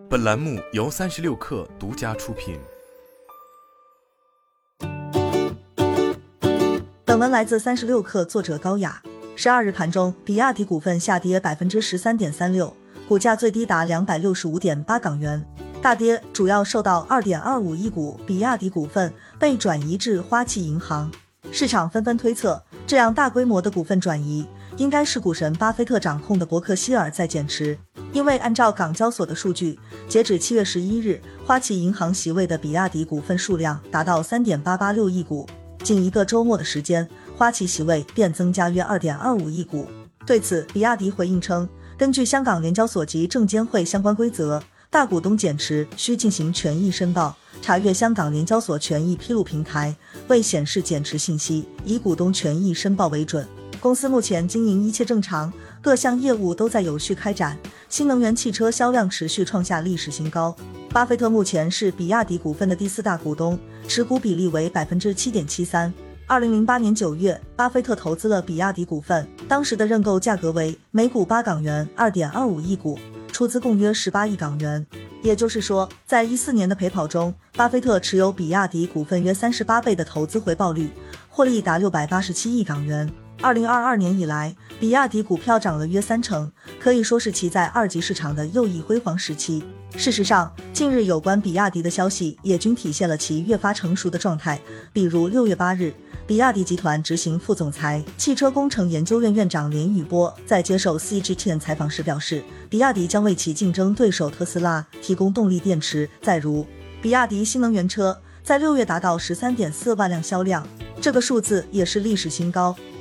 本栏目由36氪独家出品。 本文来自36氪，作者高雅。12日盘中，比亚迪股份下跌 13.36%， 股价最低达 265.8 港元。大跌主要受到 2.25 亿股比亚迪股份被转移至花旗银行。市场纷纷推测，这样大规模的股份转移应该是股神巴菲特掌控的伯克希尔在减持。因为按照港交所的数据，截止7月11日，花旗银行席位的比亚迪股份数量达到 3.886 亿股，仅一个周末的时间，花旗席位便增加约 2.25 亿股。对此，比亚迪回应称，根据香港联交所及证监会相关规则，大股东减持需进行权益申报，查阅香港联交所权益披露平台，未显示减持信息，以股东权益申报为准。公司目前经营一切正常，各项业务都在有序开展，新能源汽车销量持续创下历史新高。巴菲特目前是比亚迪股份的第4大股东，持股比例为 7.73%。2008年9月，巴菲特投资了比亚迪股份，当时的认购价格为每股8港元 2.25 亿股，出资共约18亿港元。也就是说，在14年的陪跑中，巴菲特持有比亚迪股份约38倍的投资回报率，获利达687亿港元。2022年以来，比亚迪股票涨了约30%，可以说是其在二级市场的又一辉煌时期。事实上，近日有关比亚迪的消息也均体现了其越发成熟的状态。比如6月8日，比亚迪集团执行副总裁、汽车工程研究院院长连宇波在接受 CGTN 采访时表示，比亚迪将为其竞争对手特斯拉提供动力电池。再如，比亚迪新能源车在6月达到 13.4 万辆销量，这个数字也是历史新高。